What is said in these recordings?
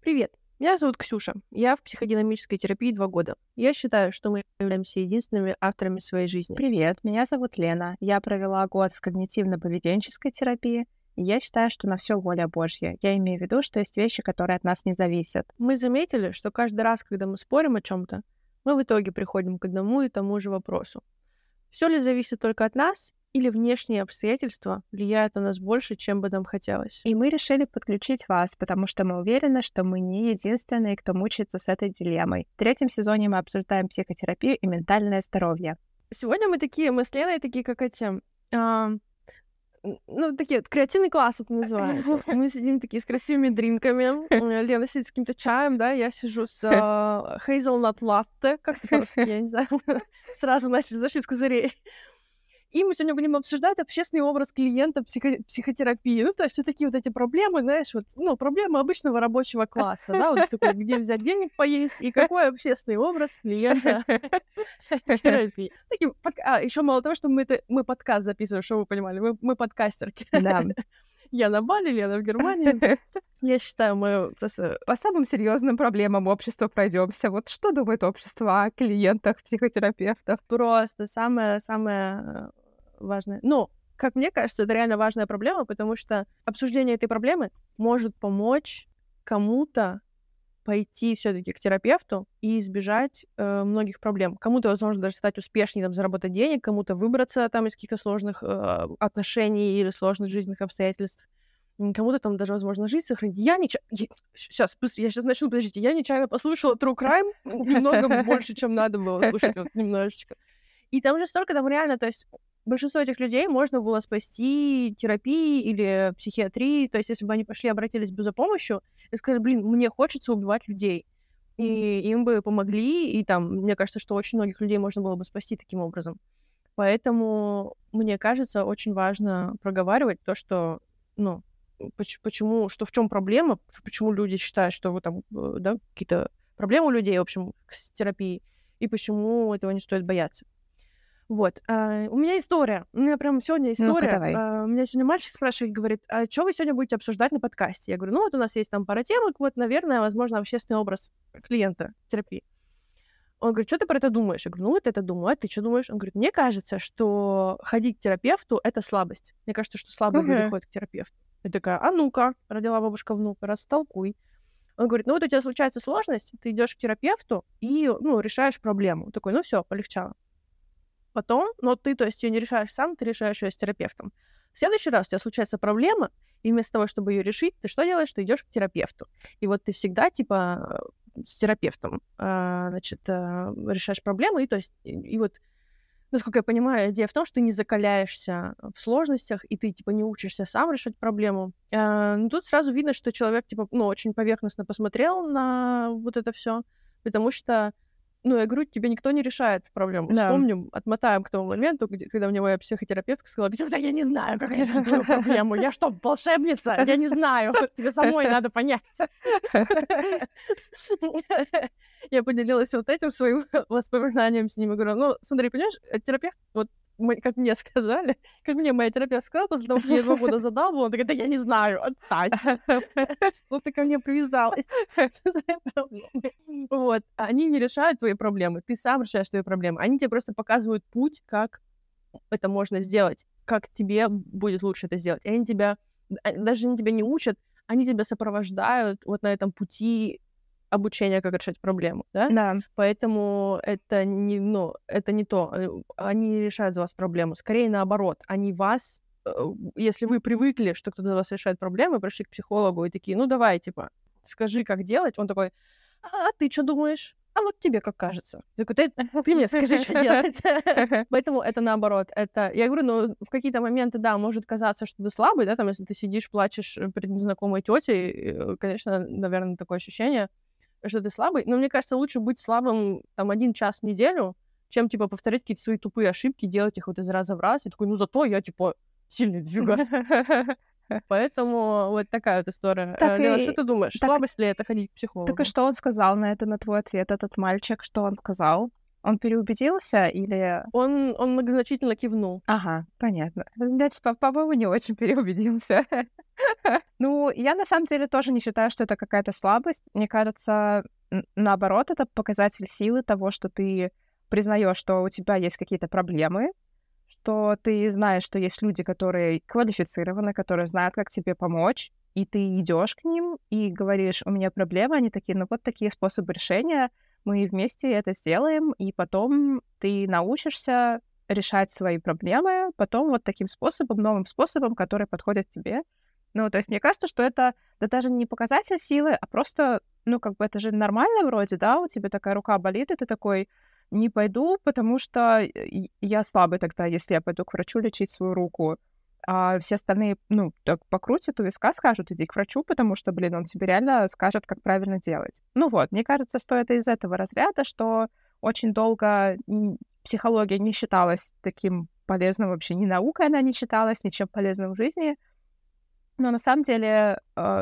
Привет, меня зовут Ксюша. Я в психодинамической терапии 2 года. Я считаю, что мы являемся единственными авторами своей жизни. Привет, меня зовут Лена. Я провела год в когнитивно-поведенческой терапии, и я считаю, что на все воля Божья. Я имею в виду, что есть вещи, которые от нас не зависят. Мы заметили, что каждый раз, когда мы спорим о чем-то, мы в итоге приходим к одному и тому же вопросу. Все ли зависит только от нас, или внешние обстоятельства влияют на нас больше, чем бы нам хотелось? И мы решили подключить вас, потому что мы уверены, что мы не единственные, кто мучается с этой дилеммой. В 3-м сезоне мы обсуждаем психотерапию и ментальное здоровье. Сегодня мы с Леной такие, как эти... такие вот, креативный класс это называется. Мы сидим такие с красивыми дринками. Лена сидит с каким-то чаем, да, я сижу с hazelnut latte, как это по-русски, я не знаю. Сразу зашли с козырей. И мы сегодня будем обсуждать общественный образ клиента психотерапии. Ну, то есть вот такие вот эти проблемы, знаешь, проблемы обычного рабочего класса, да, вот такой, где взять денег поесть, и какой общественный образ клиента терапии. Еще мало того, что мы подкаст записываем, что вы понимали, мы подкастерки. Да. Я на Бали, Лена в Германии. Я считаю, мы просто... По самым серьезным проблемам общества пройдемся. Вот что думает общество о клиентах психотерапевтов? Просто самое важное. Но, как мне кажется, это реально важная проблема, потому что обсуждение этой проблемы может помочь кому-то пойти все-таки к терапевту и избежать многих проблем. Кому-то, возможно, даже стать успешнее, там, заработать денег, кому-то выбраться там из каких-то сложных отношений или сложных жизненных обстоятельств. Кому-то там даже, возможно, жизнь сохранить. Я сейчас начну, подождите. Я нечаянно послушала True Crime немного больше, чем надо было слушать, вот немножечко. И там же столько, там реально, то есть большинство этих людей можно было спасти терапией или психиатрией, то есть если бы они пошли, обратились бы за помощью и сказали, мне хочется убивать людей, и им бы помогли, и там, мне кажется, что очень многих людей можно было бы спасти таким образом. Поэтому, мне кажется, очень важно проговаривать то, что, почему, что в чем проблема, почему люди считают, что вы там, да, какие-то проблемы у людей, в общем, с терапией, и почему этого не стоит бояться. Вот. У меня история. У меня прям сегодня история. давай. Меня сегодня мальчик спрашивает, говорит, а что вы сегодня будете обсуждать на подкасте? Я говорю, вот у нас есть там пара темок, вот, наверное, возможно, общественный образ клиента терапии. Он говорит, что ты про это думаешь? Я говорю, вот это думаю, а ты что думаешь? Он говорит, мне кажется, что ходить к терапевту — это слабость. Мне кажется, что слабые люди ходят к терапевту. Я такая, а ну-ка, родила бабушка внука, растолкуй. Он говорит, вот у тебя случается сложность, ты идешь к терапевту и, решаешь проблему. Такой, все, полегчало. Потом, то есть ее не решаешь сам, ты решаешь ее с терапевтом. В следующий раз у тебя случается проблема, и вместо того, чтобы ее решить, ты что делаешь? Ты идешь к терапевту. И вот ты всегда, с терапевтом, решаешь проблемы, и то есть, и вот, насколько я понимаю, идея в том, что ты не закаляешься в сложностях, и ты, не учишься сам решать проблему. Тут сразу видно, что человек, очень поверхностно посмотрел на вот это все, потому что я говорю, тебе никто не решает проблему. Да. Вспомним, отмотаем к тому моменту, когда мне моя психотерапевтка сказала, я не знаю, как я решу твою проблему. Я что, волшебница? Я не знаю. Тебе самой надо понять. Я поделилась вот этим своим воспоминанием с ним. И говорю, смотри, понимаешь, терапевт, вот как мне сказали, как мне моя терапевтка сказала, после того, как я 2 года задалбывала, она такая, да я не знаю, отстань. Что ты ко мне привязалась? Вот. Они не решают твои проблемы, ты сам решаешь твои проблемы. Они тебе просто показывают путь, как это можно сделать, как тебе будет лучше это сделать. И они тебя не учат, они тебя сопровождают вот на этом пути обучения, как решать проблему, да? Да. Поэтому это не то. Они не решают за вас проблему. Скорее наоборот. Они вас, если вы привыкли, что кто-то за вас решает проблемы, пришли к психологу и такие, давай, скажи, как делать. Он такой, а ты что думаешь? А вот тебе как кажется. Я такой, ты мне скажи, что делать. Поэтому это наоборот. Я говорю, в какие-то моменты, да, может казаться, что ты слабый, да, там, если ты сидишь, плачешь перед незнакомой тетей, конечно, наверное, такое ощущение, что ты слабый. Но мне кажется, лучше быть слабым, 1 час в неделю, чем, повторять какие-то свои тупые ошибки, делать их вот из раза в раз. И такой, зато я, сильный двигатель. Поэтому вот такая вот история. Лена, что ты думаешь? Слабость ли это ходить к психологу? Так и что он сказал на это, на твой ответ, этот мальчик? Что он сказал? Он переубедился или... Он многозначительно кивнул. Ага, понятно. Значит, по-моему, не очень переубедился. Ну, я на самом деле тоже не считаю, что это какая-то слабость. Мне кажется, наоборот, это показатель силы того, что ты признаешь, что у тебя есть какие-то проблемы, что ты знаешь, что есть люди, которые квалифицированы, которые знают, как тебе помочь, и ты идешь к ним и говоришь, у меня проблемы, они такие, ну вот такие способы решения, мы вместе это сделаем, и потом ты научишься решать свои проблемы, потом вот таким способом, новым способом, который подходит тебе. Ну, то есть мне кажется, что это да, даже не показатель силы, а просто, ну, как бы это же нормально вроде, да, у тебя такая рука болит, и ты такой, не пойду, потому что я слабый тогда, если я пойду к врачу лечить свою руку. А все остальные, ну, так покрутят у виска, скажут, иди к врачу, потому что, блин, он тебе реально скажет, как правильно делать. Ну вот, мне кажется, что это из этого разряда, что очень долго психология не считалась таким полезным вообще, ни наукой она не считалась, ничем полезным в жизни. Но на самом деле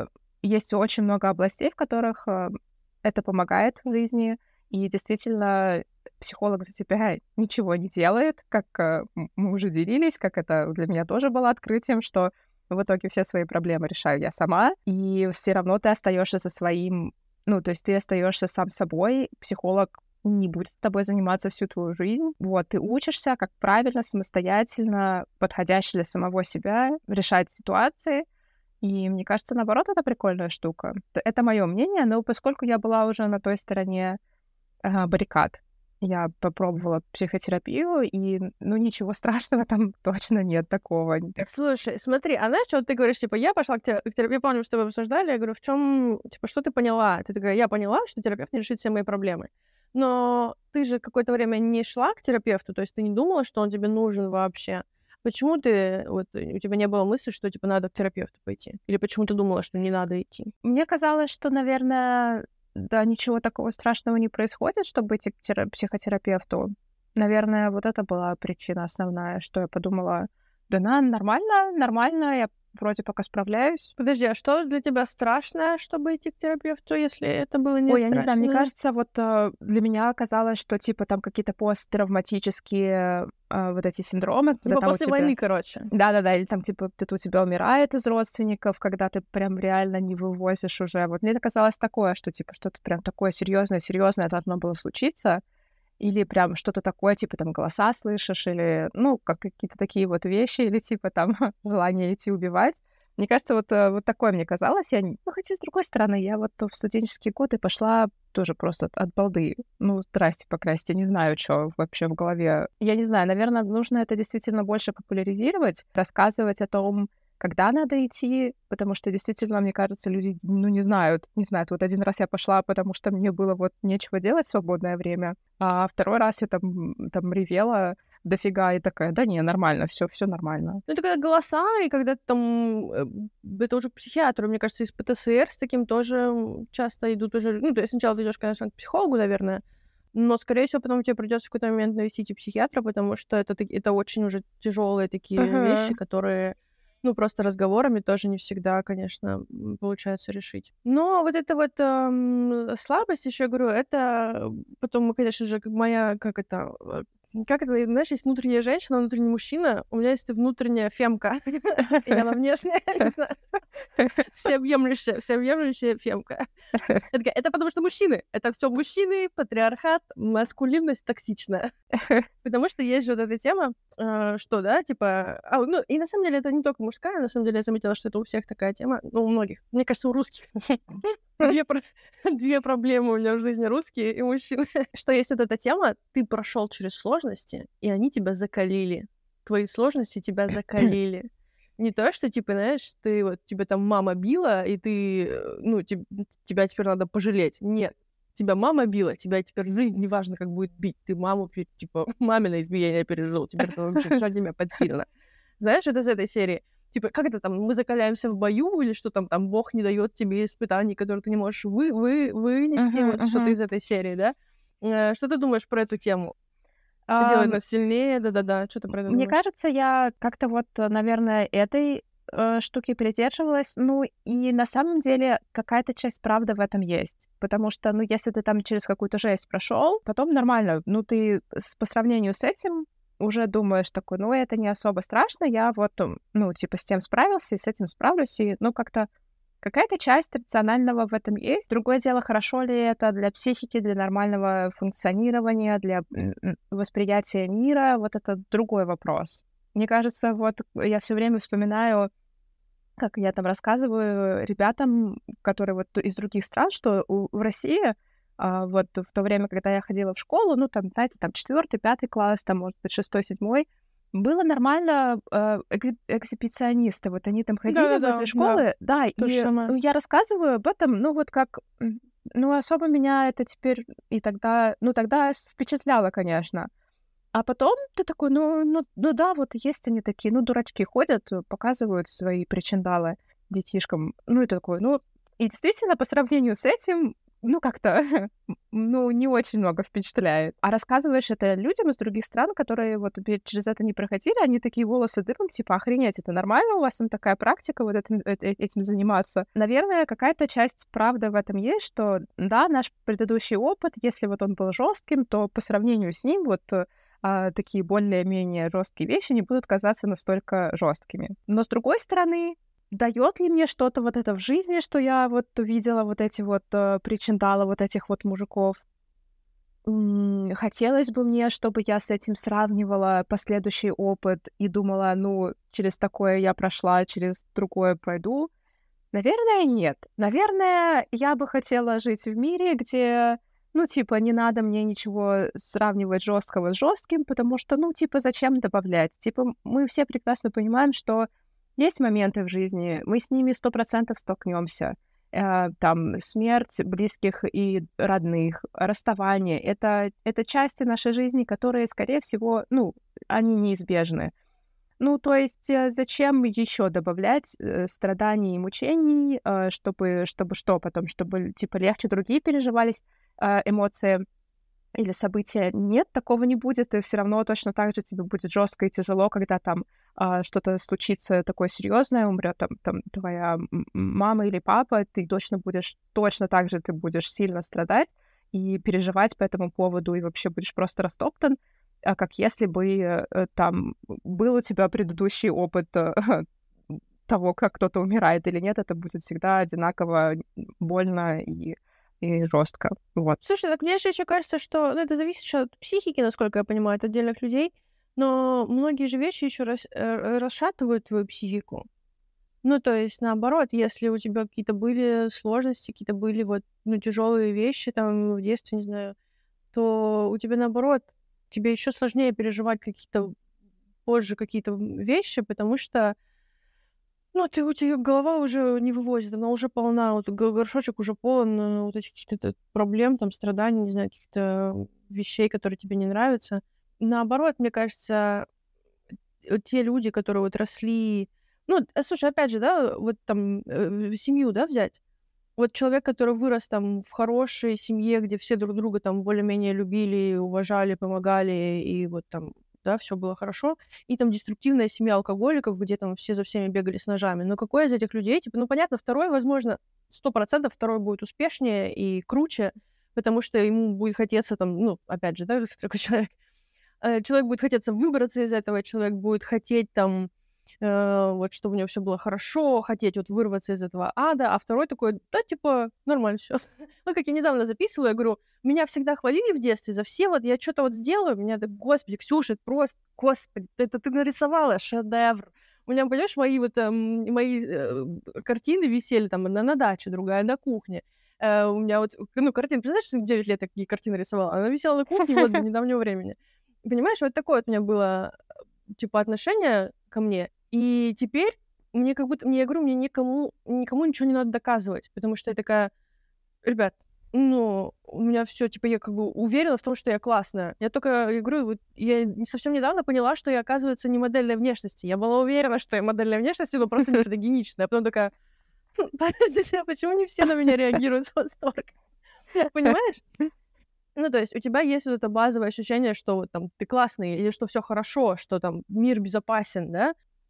есть очень много областей, в которых это помогает в жизни, и действительно психолог за тебя ничего не делает, как мы уже делились, как это для меня тоже было открытием, что в итоге все свои проблемы решаю я сама, и все равно ты остаешься со своим, ну, то есть ты остаешься сам собой, психолог не будет с тобой заниматься всю твою жизнь. Вот, ты учишься, как правильно, самостоятельно, подходяще для самого себя решать ситуации. И мне кажется, наоборот, это прикольная штука. Это мое мнение, но поскольку я была уже на той стороне баррикад, я попробовала психотерапию, и, ну, ничего страшного там точно нет такого. Слушай, смотри, а знаешь, что ты говоришь, типа, я пошла к терапевту, я помню, мы с тобой обсуждали, я говорю, в чем, типа, что ты поняла? Ты такая, я поняла, что терапевт не решит все мои проблемы. Но ты же какое-то время не шла к терапевту, то есть ты не думала, что он тебе нужен вообще. Почему ты, вот, у тебя не было мысли, что, типа, надо к терапевту пойти? Или почему ты думала, что не надо идти? Мне казалось, что, наверное, да, ничего такого страшного не происходит, чтобы идти к психотерапевту. Наверное, вот это была причина основная, что я подумала, да нормально, я вроде пока справляюсь. Подожди, а что для тебя страшное, чтобы идти к терапевту, если это было не Ой, страшно? я не знаю, мне кажется, вот для меня оказалось, что типа там какие-то посттравматические вот эти синдромы, когда типа там после войны, короче. Да-да-да, или там типа кто-то у тебя умирает из родственников, когда ты прям реально не вывозишь уже. Вот мне это казалось такое, что типа что-то прям такое серьезное должно было случиться, или прям что-то такое, типа там голоса слышишь, или, ну, как какие-то такие вот вещи, или типа там желание идти убивать. Мне кажется, вот такое мне казалось. Ну, хотя, с другой стороны, я вот в студенческие годы пошла тоже просто от балды. Ну, здрасте, покрасьте, не знаю, что вообще в голове. Я не знаю, наверное, нужно это действительно больше популяризировать, рассказывать о том, когда надо идти, потому что действительно, мне кажется, люди, ну, не знают. Вот один раз я пошла, потому что мне было вот нечего делать в свободное время, а второй раз я там ревела дофига и такая, да не, нормально, все нормально. Ну, это когда голоса, и когда ты там... это уже к психиатру, мне кажется, из ПТСР с таким тоже часто идут уже... Ну, то есть сначала ты идешь, конечно, к психологу, наверное, но, скорее всего, потом тебе придется в какой-то момент навестить и психиатра, потому что это очень уже тяжелые такие вещи, которые... Ну, просто разговорами тоже не всегда, конечно, получается решить. Но вот эта вот слабость, еще говорю, это потом, конечно же, как это, знаешь, есть внутренняя женщина, внутренний мужчина, у меня есть внутренняя фемка, и она внешняя, не знаю, всеобъемлющая фемка. Это потому что мужчины, это все мужчины, патриархат, маскулинность токсичная. Потому что есть же вот эта тема, что, да, типа... ну, и на самом деле это не только мужская, на самом деле я заметила, что это у всех такая тема, ну, у многих. Мне кажется, у русских. Две проблемы у меня в жизни, русские и мужчины. Что есть вот эта тема, ты прошел через сложности, и они тебя закалили. Твои сложности тебя закалили. Не то, что, типа, знаешь, тебя там мама била, и ты, ну, тебя теперь надо пожалеть. Нет. Тебя мама била, тебя теперь жизнь неважно, как будет бить. Ты маму, типа, мамино избиение пережил, теперь это вообще все тебя подсильно. Знаешь, это из этой серии. Типа, как это там, мы закаляемся в бою, или что там Бог не дает тебе испытаний, которые ты не можешь вынести, вот что-то из этой серии, да? Что ты думаешь про эту тему? Делает нас сильнее, да-да-да, что ты про это Мне думаешь? кажется, я как-то вот, наверное, этой штуки придерживалась. Ну, и на самом деле какая-то часть правды в этом есть. Потому что, ну, если ты там через какую-то жесть прошел, потом нормально. Ну, ты по сравнению с этим уже думаешь такой, ну, это не особо страшно, я вот, ну, типа, с тем справился, и с этим справлюсь, и, ну, как-то какая-то часть рационального в этом есть. Другое дело, хорошо ли это для психики, для нормального функционирования, для восприятия мира, вот это другой вопрос. Мне кажется, вот я все время вспоминаю, как я там рассказываю ребятам, которые вот из других стран, что в России вот в то время, когда я ходила в школу, ну, там, знаете, там 4-й, 5-й класс, там, может быть, 6-й, 7-й, было нормально экзибиционисты. Вот они там ходили Да-да-да, возле школы, да, то же и самое. я рассказываю об этом, ну, вот как... Ну, особо меня это теперь и тогда... Ну, тогда впечатляло, конечно. А потом ты такой, ну да, вот есть они такие, ну, дурачки ходят, показывают свои причиндалы детишкам. Ну, и ты такой, ну... И действительно, по сравнению с этим, ну, как-то, ну, не очень много впечатляет. А рассказываешь это людям из других стран, которые вот через это не проходили, они такие волосы дыбом, типа, охренеть, это нормально у вас там такая практика вот этим заниматься? Наверное, какая-то часть правды в этом есть, что, да, наш предыдущий опыт, если вот он был жестким, то по сравнению с ним вот такие более-менее жесткие вещи не будут казаться настолько жесткими. Но с другой стороны, дает ли мне что-то вот это в жизни, что я вот увидела вот эти вот причиндалы вот этих вот мужиков? Хотелось бы мне, чтобы я с этим сравнивала последующий опыт и думала, ну, через такое я прошла, через другое пройду. Наверное, нет. Наверное, я бы хотела жить в мире, где, ну, типа, не надо мне ничего сравнивать жесткого с жестким, потому что, ну, типа, зачем добавлять? Типа, мы все прекрасно понимаем, что есть моменты в жизни, мы с ними 100% столкнемся. Там смерть близких и родных, расставание. Это части нашей жизни, которые, скорее всего, ну, они неизбежны. Ну, то есть зачем еще добавлять страданий и мучений, чтобы что потом, чтобы, типа, легче другие переживались эмоции или события? Нет, такого не будет, и все равно точно так же тебе будет жестко и тяжело, когда там что-то случится такое серьезное, умрет там твоя мама или папа, ты точно так же ты будешь сильно страдать и переживать по этому поводу, и вообще будешь просто растоптан, как если бы там был у тебя предыдущий опыт того, как кто-то умирает или нет, это будет всегда одинаково больно и жестко. Вот. Слушай, так мне же еще кажется, что ну, это зависит еще от психики, насколько я понимаю, от отдельных людей, но многие же вещи еще расшатывают твою психику. Ну, то есть, наоборот, если у тебя какие-то были сложности, какие-то были вот, ну, тяжелые вещи там в детстве, не знаю, то у тебя, наоборот, тебе еще сложнее переживать какие-то позже какие-то вещи, потому что ну, у тебя голова уже не вывозит, она уже полна, вот горшочек уже полон вот этих каких-то проблем, там, страданий, не знаю, каких-то вещей, которые тебе не нравятся. Наоборот, мне кажется, те люди, которые вот росли... Ну, слушай, опять же, да, вот там семью, да, взять. Вот человек, который вырос там в хорошей семье, где все друг друга там более-менее любили, уважали, помогали, и вот там да, все было хорошо, и там деструктивная семья алкоголиков, где там все за всеми бегали с ножами. Но какой из этих людей, типа, ну, понятно, второй, возможно, 100% второй будет успешнее и круче, потому что ему будет хотеться там, ну, опять же, да, такой человек, человек будет хотеться выбраться из этого, человек будет хотеть там, вот, чтобы у него все было хорошо, хотеть вот вырваться из этого ада, а второй такой, да, типа, нормально все. Вот как я недавно записывала, я говорю, меня всегда хвалили в детстве за все, вот я что-то вот сделаю, меня так, господи, Ксюша, это просто, господи, это ты нарисовала шедевр. У меня, понимаешь, мои вот мои картины висели там на даче, другая на кухне. У меня вот, ну, картины, представляешь, что 9 лет такие картины рисовала? Она висела на кухне вот до недавнего времени. Понимаешь, вот такое вот у меня было, типа, отношение ко мне. И теперь мне как будто, я говорю, мне никому ничего не надо доказывать, потому что я такая, ребят, ну, у меня все, типа, я как бы уверена в том, что я классная. Я только, я говорю, вот я совсем недавно поняла, что я, оказывается, не модельной внешности. Я была уверена, что я модельной внешности, но просто не фотогеничная. А потом такая, подождите, а почему не все на меня реагируют с восторгом? Понимаешь? Ну, то есть у тебя есть вот это базовое ощущение, что вот там ты классный, или что все хорошо, что там мир безопасен, да?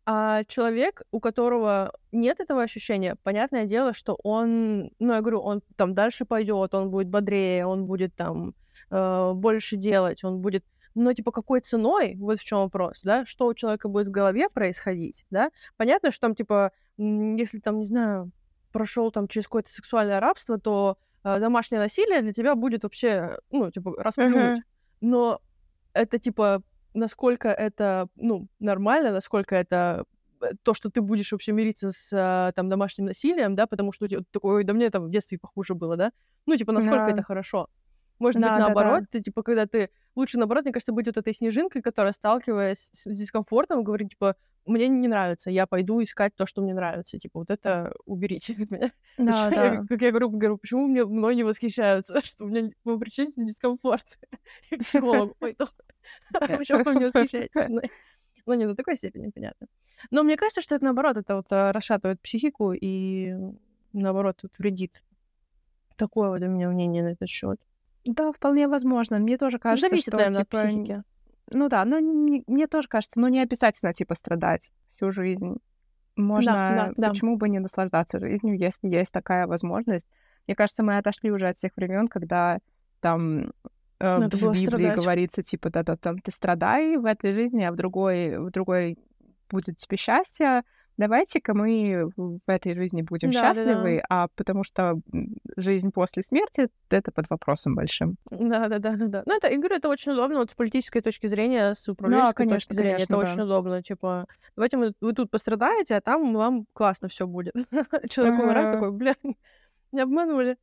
А человек, у которого нет этого ощущения, понятное дело, что он, ну, я говорю, он там дальше пойдет, он будет бодрее, он будет там больше делать, он будет... Но, типа, какой ценой? Вот в чем вопрос, да? Что у человека будет в голове происходить, да? Понятно, что там, типа, если там, не знаю, прошел там через какое-то сексуальное рабство, то домашнее насилие для тебя будет вообще, ну, типа, расплюнуть. Но это, типа, насколько это, ну, нормально, насколько это то, что ты будешь вообще мириться с там домашним насилием, да, потому что у тебя такое, да мне там в детстве похуже было, да? Ну, типа, насколько это хорошо? Может быть, наоборот, ты, типа, когда ты... Лучше, наоборот, мне кажется, быть вот этой снежинкой, которая, сталкиваясь с дискомфортом, говорит, типа, мне не нравится, я пойду искать то, что мне нравится. Типа, вот это уберите от меня. Как я говорю, почему мной не восхищаются, что у меня по причине дискомфорт. Я к психологу пойду. Почему вы не восхищаетесь мной? Ну, не до такой степени, понятно. Но мне кажется, что это, наоборот, это вот расшатывает психику и, наоборот, вредит. Такое вот у меня мнение на этот счет. Да, вполне возможно. Мне тоже кажется, зависит, что, наверное, типа... от психики. Ну да, но мне тоже кажется, ну не обязательно, типа, страдать всю жизнь. Можно, почему бы не наслаждаться жизнью, если есть такая возможность. Мне кажется, мы отошли уже от тех времен, когда там в Библии говорится, типа, там ты страдай в этой жизни, а в другой будет тебе счастье. Давайте-ка мы в этой жизни будем счастливы, а потому что жизнь после смерти — это под вопросом большим. Да. Ну, это, я говорю, это очень удобно вот с политической точки зрения, с управленческой точки зрения. Это очень удобно. Типа, давайте вы тут пострадаете, а там вам классно все будет. Человек умирает такой, бля, не обманули.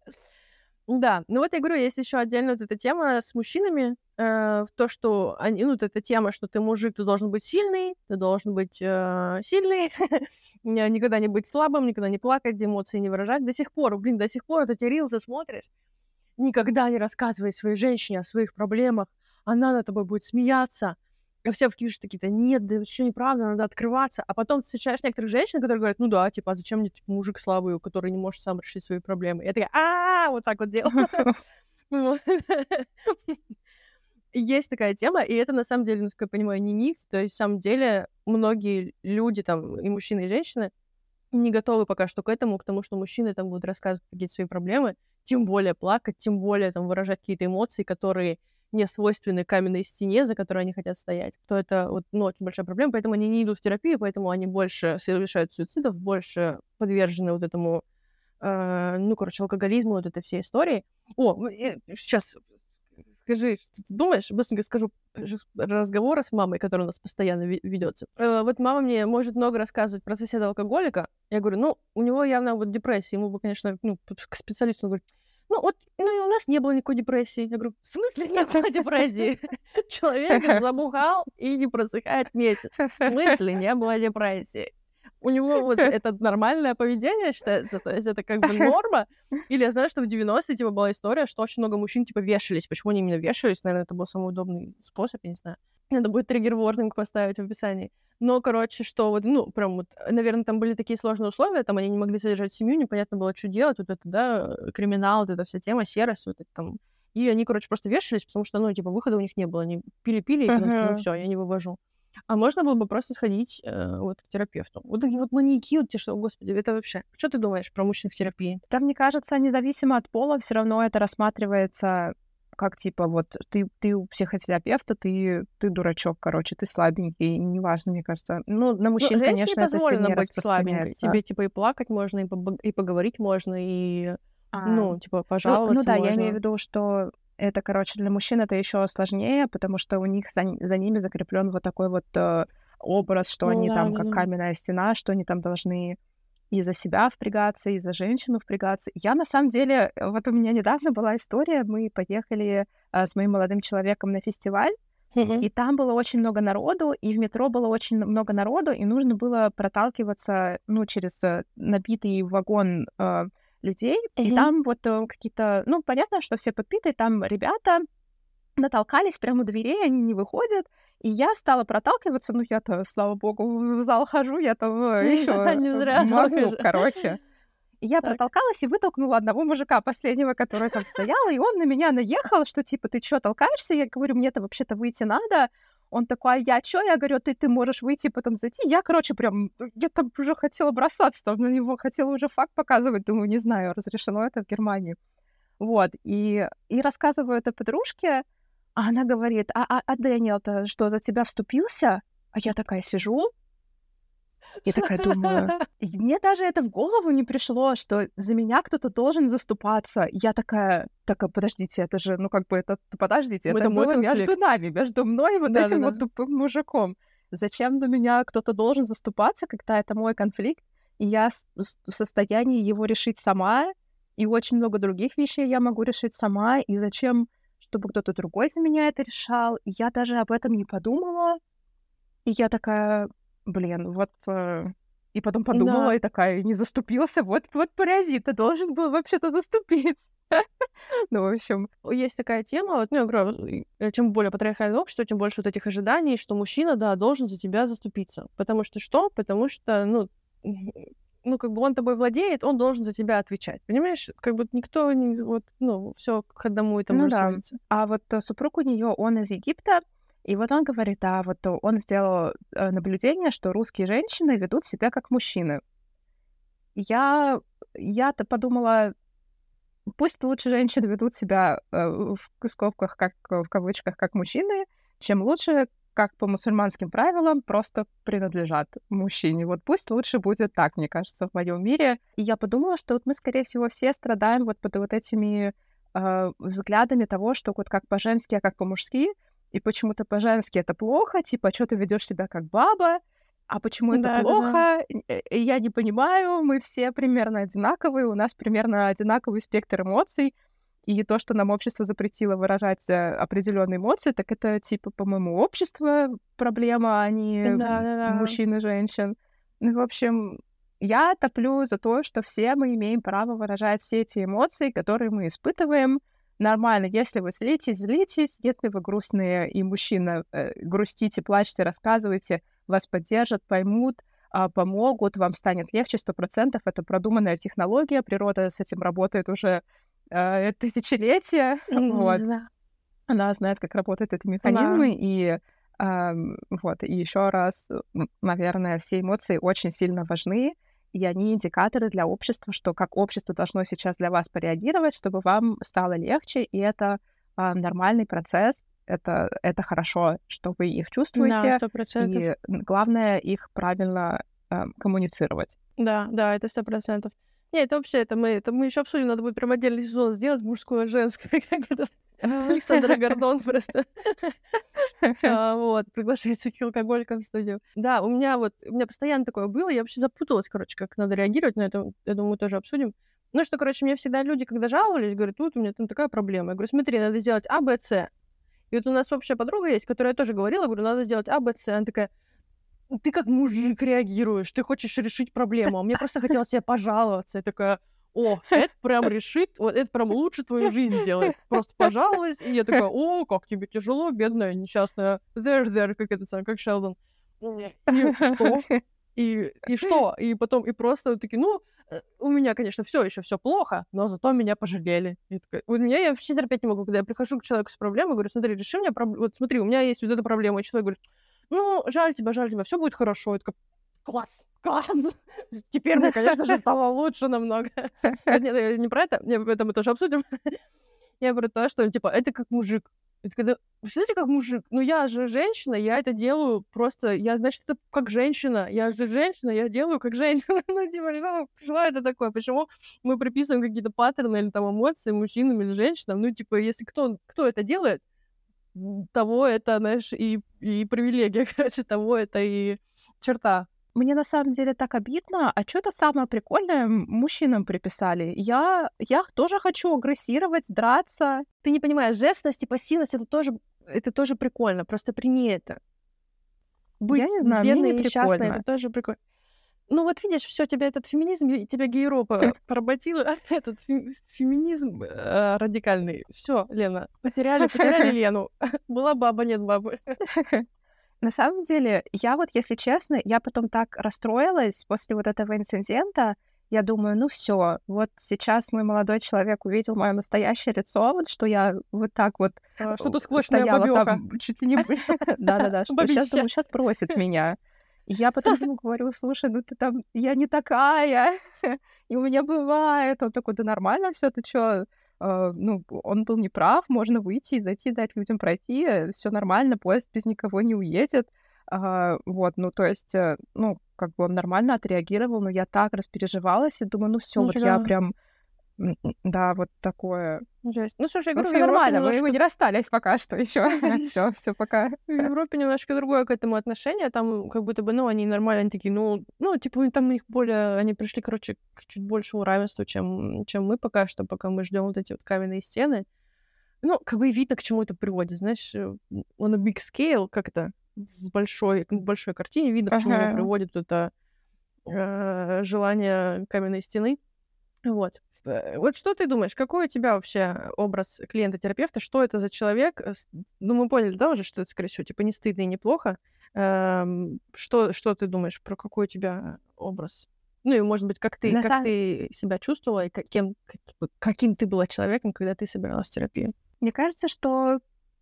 Да, ну вот я говорю, есть еще отдельно вот эта тема с мужчинами, в то, что они, ну, вот эта тема, что ты мужик, ты должен быть сильный, ты должен быть сильный, никогда не быть слабым, никогда не плакать, эмоции не выражать. До сих пор эти рилсы смотришь, никогда не рассказывай своей женщине о своих проблемах, она над тобой будет смеяться. А все пишут такие-то, нет, да все неправда, надо открываться. А потом ты встречаешь некоторых женщин, которые говорят, ну да, типа, а зачем мне типа, мужик слабый, который не может сам решить свои проблемы? Я такая, вот так вот делаю. Есть такая тема, и это, на самом деле, насколько я понимаю, не миф. То есть, на самом деле, многие люди, там, и мужчины, и женщины, не готовы пока что к этому, к тому, что мужчины там будут рассказывать какие-то свои проблемы, тем более плакать, тем более там выражать какие-то эмоции, которые не свойственны каменной стене, за которой они хотят стоять, то это вот, ну, очень большая проблема, поэтому они не идут в терапию, поэтому они больше совершают суицидов, больше подвержены вот этому, алкоголизму, вот этой всей истории. Сейчас скажи, что ты думаешь? Быстренько скажу разговоры с мамой, который у нас постоянно ведется. Вот мама мне может много рассказывать про соседа-алкоголика. Я говорю, ну, у него явно вот депрессия, ему бы, конечно, к специалисту, он говорит, у нас не было никакой депрессии. Я говорю, в смысле не было депрессии? Человек забухал и не просыхает месяц. В смысле не было депрессии? У него вот это нормальное поведение считается, то есть это как бы норма. Или я знаю, что в 90-е, типа, была история, что очень много мужчин, типа, вешались. Почему они именно вешались? Наверное, это был самый удобный способ, я не знаю. Надо будет триггер-ворнинг поставить в описании. Но, короче, что вот, прям вот, наверное, там были такие сложные условия, там они не могли содержать семью, непонятно было, что делать, вот это, да, криминал, вот эта вся тема, серость, вот это там. И они, короче, просто вешались, потому что, выхода у них не было. Они пили, и все, я не вывожу. А можно было бы просто сходить к терапевту. Вот такие вот маньяки, вот те, что, господи, это вообще... Что ты думаешь про мужчин в терапии? Да, мне кажется, независимо от пола, все равно это рассматривается как, типа, вот ты у психотерапевта, ты дурачок, короче, ты слабенький, неважно, мне кажется. Ну, на мужчин, конечно, это сильнее быть слабенькой. Тебе, типа, и плакать можно, и поговорить можно, и, пожаловаться Ну да, можно. Я имею в виду, что это, короче, для мужчин это еще сложнее, потому что у них за ними закреплен вот такой вот образ, что они там как каменная стена, что они там должны и за себя впрягаться, и за женщину впрягаться. Я, на самом деле, вот у меня недавно была история, мы поехали с моим молодым человеком на фестиваль, и там было очень много народу, и в метро было очень много народу, и нужно было проталкиваться, через набитый вагон людей, и там вот какие-то... понятно, что все подпитые, там ребята натолкались прямо у дверей, они не выходят, и я стала проталкиваться, я-то, слава богу, в зал хожу, я там еще могу, короче. И я протолкалась и вытолкнула одного мужика, последнего, который там стоял, и он на меня наехал, что, типа, ты чё толкаешься? Я говорю, мне-то вообще-то выйти надо. Он такой, а я чё? Я говорю, ты можешь выйти, потом зайти. Я, короче, прям, я там уже хотела бросаться, там на него хотела уже факт показывать. Думаю, не знаю, разрешено это в Германии. Вот, и рассказываю это подружке, а она говорит, а Дэниел-то что, за тебя вступился? А я такая сижу, и такая думаю, и мне даже это в голову не пришло, что за меня кто-то должен заступаться. Я такая, подождите, это же, подождите, это было между нами, между мной и вот этим вот тупым мужиком. Зачем на меня кто-то должен заступаться, когда это мой конфликт, и я в состоянии его решить сама, и очень много других вещей я могу решить сама, и зачем, чтобы кто-то другой за меня это решал. И я даже об этом не подумала. И я такая, блин, вот... И потом подумала, и такая, не заступился, вот паразит, ты должен был вообще-то заступиться. Ну, в общем... Есть такая тема, вот, я говорю, чем более патриархальное общество, тем больше вот этих ожиданий, что мужчина, да, должен за тебя заступиться. Потому что что? Потому что, как бы он тобой владеет, он должен за тебя отвечать. Понимаешь? Как бы никто не... все к одному этому сводится. А вот супруг у нее, он из Египта, и вот он говорит, он сделал наблюдение, что русские женщины ведут себя как мужчины. Я-то подумала, пусть лучше женщины ведут себя в скобках, как в кавычках, как мужчины, чем лучше, как по мусульманским правилам, просто принадлежат мужчине. Вот пусть лучше будет так, мне кажется, в моем мире. И я подумала, что вот мы, скорее всего, все страдаем вот под вот этими взглядами того, что вот как по-женски, а как по-мужски, и почему-то по-женски это плохо, типа, что ты ведешь себя как баба, а почему это плохо, я не понимаю, мы все примерно одинаковые, у нас примерно одинаковый спектр эмоций, и то, что нам общество запретило выражать определенные эмоции, так это, типа, по-моему, общество проблема, а не мужчин и женщин. Ну, в общем, я топлю за то, что все мы имеем право выражать все эти эмоции, которые мы испытываем. Нормально, если вы злитесь, если вы грустные, и мужчина, грустите, плачьте, рассказывайте, вас поддержат, поймут, помогут, вам станет легче, 100%. Это продуманная технология, природа с этим работает уже тысячелетия. Вот. Она знает, как работают эти механизмы, и еще раз, наверное, все эмоции очень сильно важны, и они индикаторы для общества, что как общество должно сейчас для вас пореагировать, чтобы вам стало легче, и это нормальный процесс, это хорошо, что вы их чувствуете, 100%. И главное их правильно коммуницировать. Да, это 100%. Нет, это вообще, это мы еще обсудим, надо будет прям отдельный сезон сделать, мужское, женское, как это Александра Гордон просто. Вот, приглашается к алкоголикам в студию. Да, у меня постоянно такое было, я вообще запуталась, короче, как надо реагировать, но это, я думаю, мы тоже обсудим. Ну, что, короче, мне всегда люди, когда жаловались, говорят, тут у меня там такая проблема. Я говорю, смотри, надо сделать А, Б, С. И вот у нас общая подруга есть, которая тоже говорила, говорю, надо сделать А, Б, С. Она такая, ты как мужик реагируешь, ты хочешь решить проблему, а мне просто хотелось себе пожаловаться. Я такая, это прям решит, вот это прям лучше твою жизнь делает. Просто пожаловалась, и я такая, как тебе тяжело, бедная, несчастная, there, как Шелдон. И что? И что? И потом, и просто такие, у меня, конечно, все плохо, но зато меня пожалели. У меня я вообще терпеть не могу, когда я прихожу к человеку с проблемой, говорю, смотри, реши мне проблему, вот смотри, у меня есть вот эта проблема, и человек говорит, жаль тебя, все будет хорошо. Я такая, класс! Теперь мне, конечно же, стало лучше намного. Нет, не про это, это мы тоже обсудим. Я про то, что, типа, это как мужик. Представляете, как мужик? Я же женщина, я это делаю просто... Значит, это как женщина. Я же женщина, я делаю как женщина. Что это такое? Почему мы приписываем какие-то паттерны или там эмоции мужчинам или женщинам? Если кто это делает, того это, знаешь, и привилегия, короче, того это и черта. Мне на самом деле так обидно, а что-то самое прикольное мужчинам приписали. Я тоже хочу агрессировать, драться. Ты не понимаешь, женственность и пассивность это тоже прикольно, просто прими это. Быть бедной и несчастной, это тоже прикольно. Вот видишь, все, тебя этот феминизм, тебя гейропа поработила, этот феминизм радикальный. Все, Лена, потеряли Лену. Была баба, нет бабы. На самом деле, я если честно, я потом так расстроилась после вот этого инцидента, я думаю, ну все, вот сейчас мой молодой человек увидел мое настоящее лицо, вот что я вот так вот Что-то склочная стояла бабёха. там чуть ли не... Да-да-да, что сейчас, Бабища. думаю, сейчас бросит меня. И я потом ему говорю, слушай, ну ты там, я не такая, и у меня бывает. Он такой, да нормально все, ты чё? Ну, он был неправ, можно выйти и зайти, дать людям пройти, все нормально, поезд без никого не уедет. Вот, ну, то есть, ну, как бы он нормально отреагировал, но я так распереживалась и думаю, ну все, вот я Нифига. прям, да, вот такое. Жесть. Ну, слушай, я Ну говорю, в все Европе нормально, мы немножко не расстались пока что еще. Все, пока. в Европе немножко другое к этому отношение. Там как будто бы, ну, они нормально, они такие, ну, типа, там у них более... Они пришли, короче, к чуть большему равенству, чем мы пока что, пока мы ждем вот эти вот каменные стены. Ну, как бы и видно, к чему это приводит. Знаешь, on a big scale как-то, в большой картине видно, к чему Ага. приводит это желание каменной стены. Вот. Вот что ты думаешь, какой у тебя вообще образ клиента-терапевта? Что это за человек? Ну, мы поняли, да, уже, что это, скорее всего, типа не стыдно и неплохо. Что ты думаешь, про какой у тебя образ? Ну, и, может быть, как На самом... ты себя чувствовала, и каким ты была человеком, когда ты собиралась в терапию? Мне кажется, что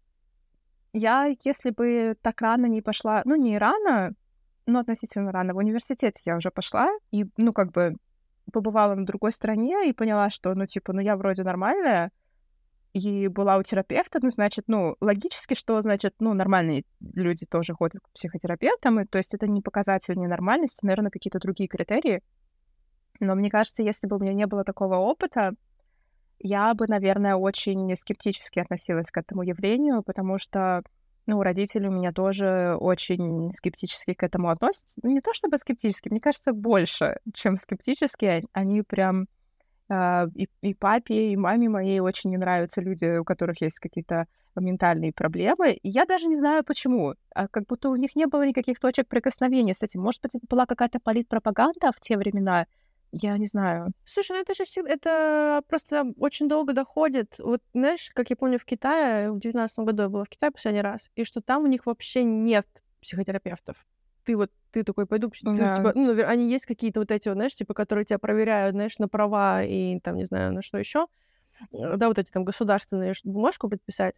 я, если бы так рано не пошла, ну, не рано, но относительно рано, в университет я уже пошла, и, ну, как бы побывала на другой стране и поняла, что, ну, типа, ну, я вроде нормальная, и была у терапевта, ну, значит, ну, логически, что, значит, ну, нормальные люди тоже ходят к психотерапевтам, и, то есть это не показатель ненормальности, наверное, какие-то другие критерии. Но мне кажется, если бы у меня не было такого опыта, я бы, наверное, очень скептически относилась к этому явлению, потому что, ну, родители у меня тоже очень скептически к этому относятся. Ну, не то чтобы скептически, мне кажется, больше, чем скептически. Они прям и папе, и маме моей очень не нравятся люди, у которых есть какие-то ментальные проблемы. И я даже не знаю, почему. Как будто у них не было никаких точек прикосновения с этим. Может быть, это была какая-то политпропаганда в те времена. Я не знаю. Слушай, ну это же всегда, это просто очень долго доходит. Вот знаешь, как я помню, в Китае, в 19 году я была в Китае последний раз, и что там у них вообще нет психотерапевтов. Ты такой, пойду, Да. типа, ну, они есть какие-то вот эти вот, знаешь, типа, которые тебя проверяют, знаешь, на права и там, не знаю, на что еще. Да, вот эти там государственные бумажку подписать.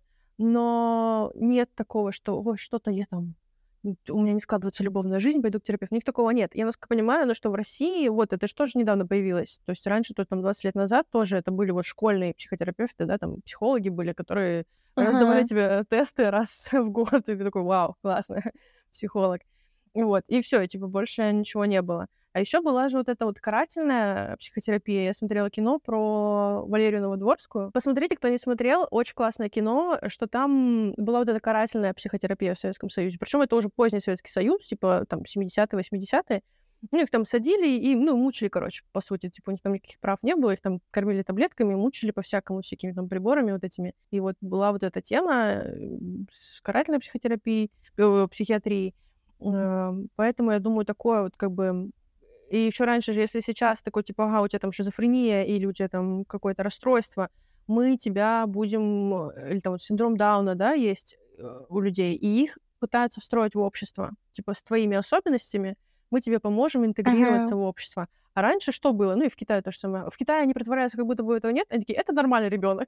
Но нет такого, что, ой, что-то я там у меня не складывается любовная жизнь, пойду к терапевту. У них такого нет. Я, насколько понимаю, но что в России, вот, это же тоже недавно появилось. То есть раньше, то там 20 лет назад тоже это были вот школьные психотерапевты, да, там психологи были, которые раздавали тебе тесты раз в год, и ты такой, вау, классно, психолог. Вот, и все, типа, больше ничего не было. А еще была же вот эта вот карательная психотерапия. Я смотрела кино про Валерию Новодворскую. Посмотрите, кто не смотрел, очень классное кино, что там была вот эта карательная психотерапия в Советском Союзе. Причем это уже поздний Советский Союз, типа там 70-е, 80-е. Ну, их там садили и, ну, мучили, короче, по сути. Типа у них там никаких прав не было, их там кормили таблетками, мучили по-всякому, всякими там приборами вот этими. И вот была вот эта тема с карательной психотерапией, психиатрией. Поэтому я думаю, такое вот как бы... И еще раньше же, если сейчас такой, типа, ага, у тебя там шизофрения или у тебя там какое-то расстройство, мы тебя будем... Или там вот синдром Дауна, да, есть у людей, и их пытаются встроить в общество. Типа, с твоими особенностями мы тебе поможем интегрироваться в общество. А раньше что было? Ну и в Китае то же самое. В Китае они притворяются, как будто бы этого нет. Они такие, это нормальный ребенок.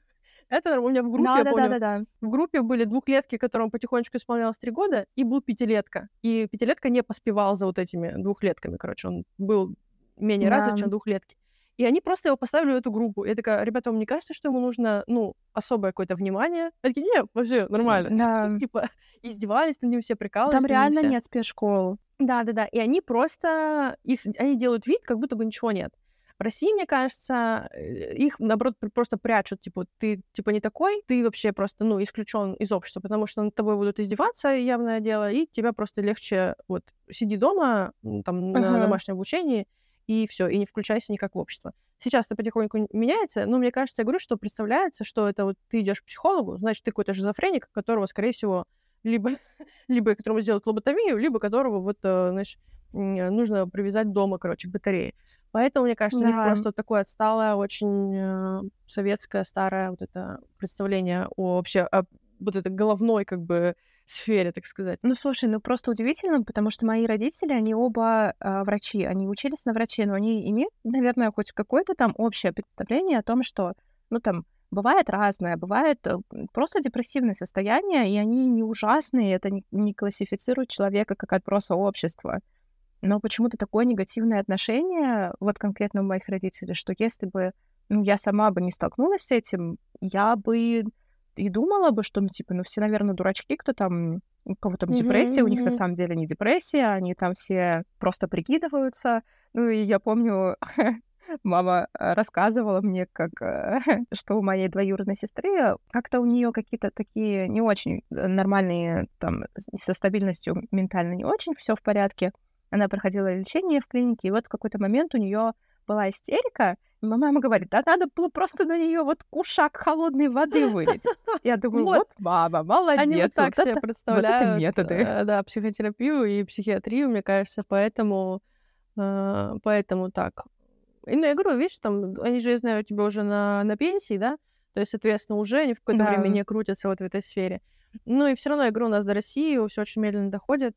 Это у меня в группе, я помню, Да. в группе были двухлетки, которым потихонечку исполнялось 3 года, и был пятилетка. И пятилетка не поспевал за вот этими двухлетками, короче. Он был менее развит, чем двухлетки. И они просто его поставили в эту группу. Я такая, ребята, вам не кажется, что ему нужно, ну, особое какое-то внимание? Они такие, нет, вообще нормально. Да. Типа, издевались над ним все, прикалывались Там над ним реально все. нет спецшкол. Да. И они просто... Они делают вид, как будто бы ничего нет. В России, мне кажется, их, наоборот, просто прячут. Типа, ты, типа, не такой, ты вообще просто, ну, исключен из общества, потому что над тобой будут издеваться, явное дело, и тебя просто легче, вот, сиди дома, там, на домашнем обучении, и все, и не включайся никак в общество. Сейчас это потихоньку меняется, но мне кажется, я говорю, что представляется, что это вот ты идешь к психологу, значит, ты какой-то шизофреник, которого, скорее всего, либо которому сделают лоботомию, либо которого, вот, знаешь, нужно привязать дома, короче, к батарее. Поэтому, мне кажется, у них просто такое отсталое, очень советское, старое вот это представление о вообще о вот этой головной, как бы, сфере, так сказать. Ну, слушай, ну просто удивительно, потому что мои родители, они оба врачи, они учились на врачей, но они имеют, наверное, хоть какое-то там общее представление о том, что, ну, там, бывает разное, бывает просто депрессивное состояние, и они не ужасные, это не классифицирует человека как отброса общества. Но почему-то такое негативное отношение, вот конкретно у моих родителей, что если бы я сама бы не столкнулась с этим, я бы и думала бы, что, ну, типа, ну, все, наверное, дурачки, кто там, у кого там депрессия, у них на самом деле не депрессия, они там все просто прикидываются. Ну, и я помню, мама рассказывала мне, как, что у моей двоюродной сестры как-то у нее какие-то такие не очень нормальные, там, со стабильностью ментально не очень все в порядке. Она проходила лечение в клинике, и вот в какой-то момент у нее была истерика, и мама говорит, да надо было просто на нее вот кушак холодной воды вылить. Я думаю, вот мама, молодец. Они вот так себе представляют, вот это методы. Да, психотерапию и психиатрию, мне кажется, поэтому так. И, ну, я говорю, видишь, там, они же, я знаю, у тебя уже на пенсии, да, то есть, соответственно, уже они в какое-то время не крутятся вот в этой сфере. Ну, и все равно, я говорю, у нас до России все очень медленно доходит,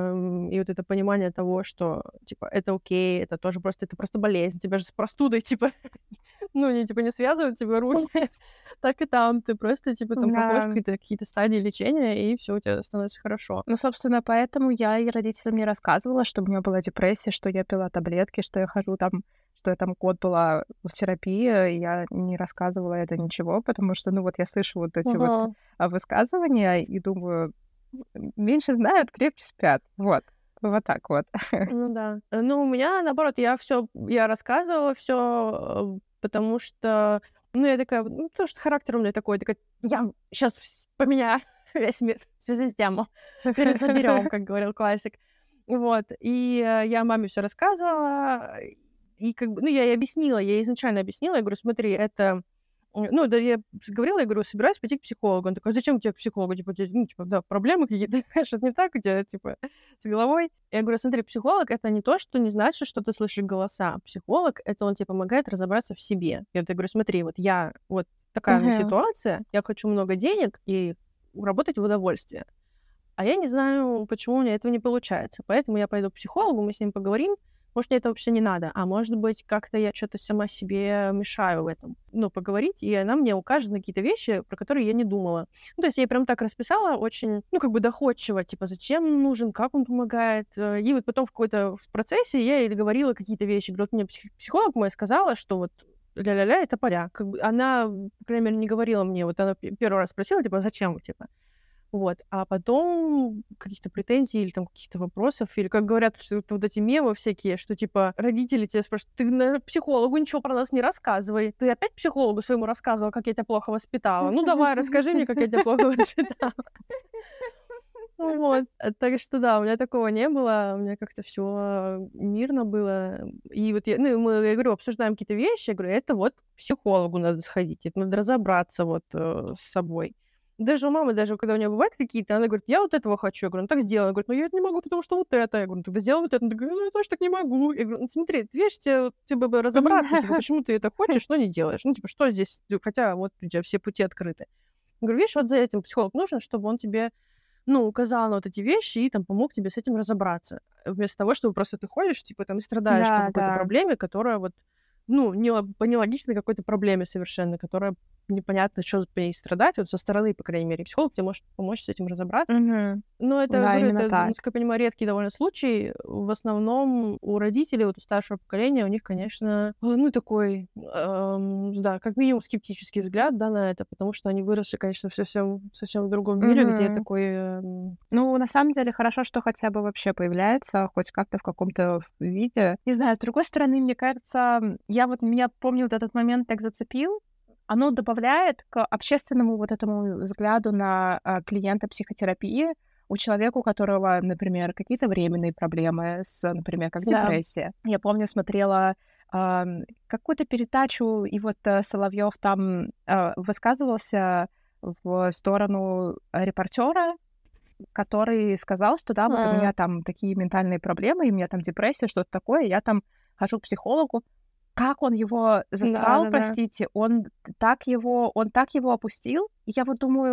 и вот это понимание того, что, типа, это окей, это просто болезнь, тебя же с простудой, типа, ну, не связывают тебе руки, так и там, ты просто, типа, там проходишь какие-то стадии лечения, и все у тебя становится хорошо. Ну, собственно, поэтому я и родителям не рассказывала, что у меня была депрессия, что я пила таблетки, что я хожу там, что я там год была в терапии, я не рассказывала это ничего, потому что, ну, вот я слышу вот эти вот высказывания и думаю, меньше знают, крепче спят. Вот так вот. Ну да. Ну, у меня, наоборот, я рассказывала все, потому что, ну, я такая, ну, потому что характер у меня такой, я сейчас поменяю весь мир, всю систему, пересоберем, как говорил классик. Вот. И я маме все рассказывала, и как бы, ну, я ей объяснила, я ей изначально объяснила, я говорю, смотри, это... Ну, да, я говорила, я говорю, собираюсь пойти к психологу. Он такой, зачем тебе к психологу? Типа, ну, типа, да, проблемы какие-то, что-то не так у тебя, типа, с головой. Я говорю, смотри, психолог — это не то, что не значит, что ты слышишь голоса. Психолог — это он тебе помогает разобраться в себе. Я вот говорю, смотри, вот такая у меня ситуация, я хочу много денег и работать в удовольствие. А я не знаю, почему у меня этого не получается. Поэтому я пойду к психологу, мы с ним поговорим. Может, мне это вообще не надо, а может быть, как-то я что-то сама себе мешаю в этом. Ну, поговорить, и она мне укажет на какие-то вещи, про которые я не думала. Ну, то есть я ей прям так расписала очень, ну, как бы доходчиво, типа, зачем он нужен, как он помогает. И вот потом в процессе я ей говорила какие-то вещи. Говорю, вот мне психолог моя сказала, что вот ля-ля-ля, это поля. Как бы она, по крайней мере, не говорила мне, вот она первый раз спросила, типа, зачем, типа. Вот. А потом каких-то претензий или там каких-то вопросов, или, как говорят вот эти мемы всякие, что, типа, родители тебя спрашивают, ты, наверное, психологу ничего про нас не рассказывай. Ты опять психологу своему рассказывала, как я тебя плохо воспитала? Ну, давай, расскажи мне, как я тебя плохо воспитала. Вот. Так что, да, у меня такого не было, у меня как-то все мирно было. И вот я говорю, обсуждаем какие-то вещи, я говорю, это вот к психологу надо сходить, это надо разобраться вот с собой. Даже у мамы, даже когда у нее бывают какие-то, она говорит, я вот этого хочу. Я говорю, ну так сделай. Она говорит, ну я это не могу, потому что вот это. Я говорю, ну тогда сделай вот это. Она такая, ну я тоже так не могу. Я говорю, ну смотри, ты видишь, тебе бы разобраться, типа, почему ты это хочешь, но не делаешь. Ну типа, что здесь, хотя вот у тебя все пути открыты. Я говорю, видишь, вот за этим психолог нужен, чтобы он тебе, ну, указал на вот эти вещи и там помог тебе с этим разобраться. Вместо того, чтобы просто ты ходишь, типа, там, и страдаешь по какой-то проблеме, которая вот, ну, по нелогичной какой-то проблеме совершенно, которая непонятно, что по ней страдать, вот со стороны, по крайней мере. Психолог тебе может помочь с этим разобраться. Но это, Да, говорю, именно это, так. насколько я понимаю, редкий довольно случай. В основном у родителей, вот у старшего поколения, у них, конечно, ну, такой, да, как минимум скептический взгляд, да, на это, потому что они выросли, конечно, совсем в другом мире, где такой... Ну, на самом деле, хорошо, что хотя бы вообще появляется, хоть как-то в каком-то виде. Не знаю, с другой стороны, мне кажется, меня, помню, вот этот момент так зацепил, оно добавляет к общественному вот этому взгляду на клиента психотерапии у человека, у которого, например, какие-то временные проблемы, например, как депрессия. Я помню, смотрела какую-то передачу, и вот Соловьев там высказывался в сторону репортера, который сказал, что да, вот у меня там такие ментальные проблемы, и у меня там депрессия, что-то такое, я там хожу к психологу. Как он его засрал, простите, он так его опустил. И я вот думаю,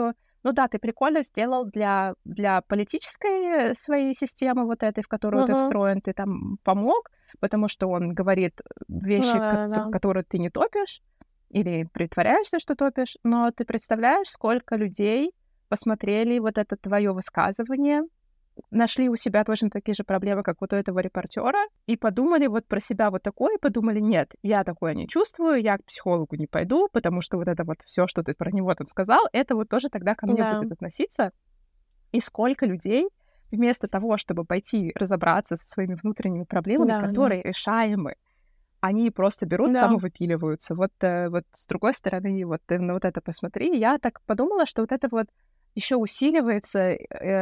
Ну да, ты прикольно сделал для политической своей системы вот этой, в которую ты встроен, ты там помог, потому что он говорит вещи, которые ты не топишь, или притворяешься, что топишь, но ты представляешь, сколько людей посмотрели вот это твое высказывание, нашли у себя точно такие же проблемы, как вот у этого репортера, и подумали вот про себя вот такое, и подумали, нет, я такое не чувствую, я к психологу не пойду, потому что вот это вот все, что ты про него там сказал, это вот тоже тогда ко мне будет относиться. И сколько людей вместо того, чтобы пойти разобраться со своими внутренними проблемами, которые решаемы, они просто берут, самовыпиливаются. Вот с другой стороны, вот ты на вот это посмотри, я так подумала, что вот это вот еще усиливается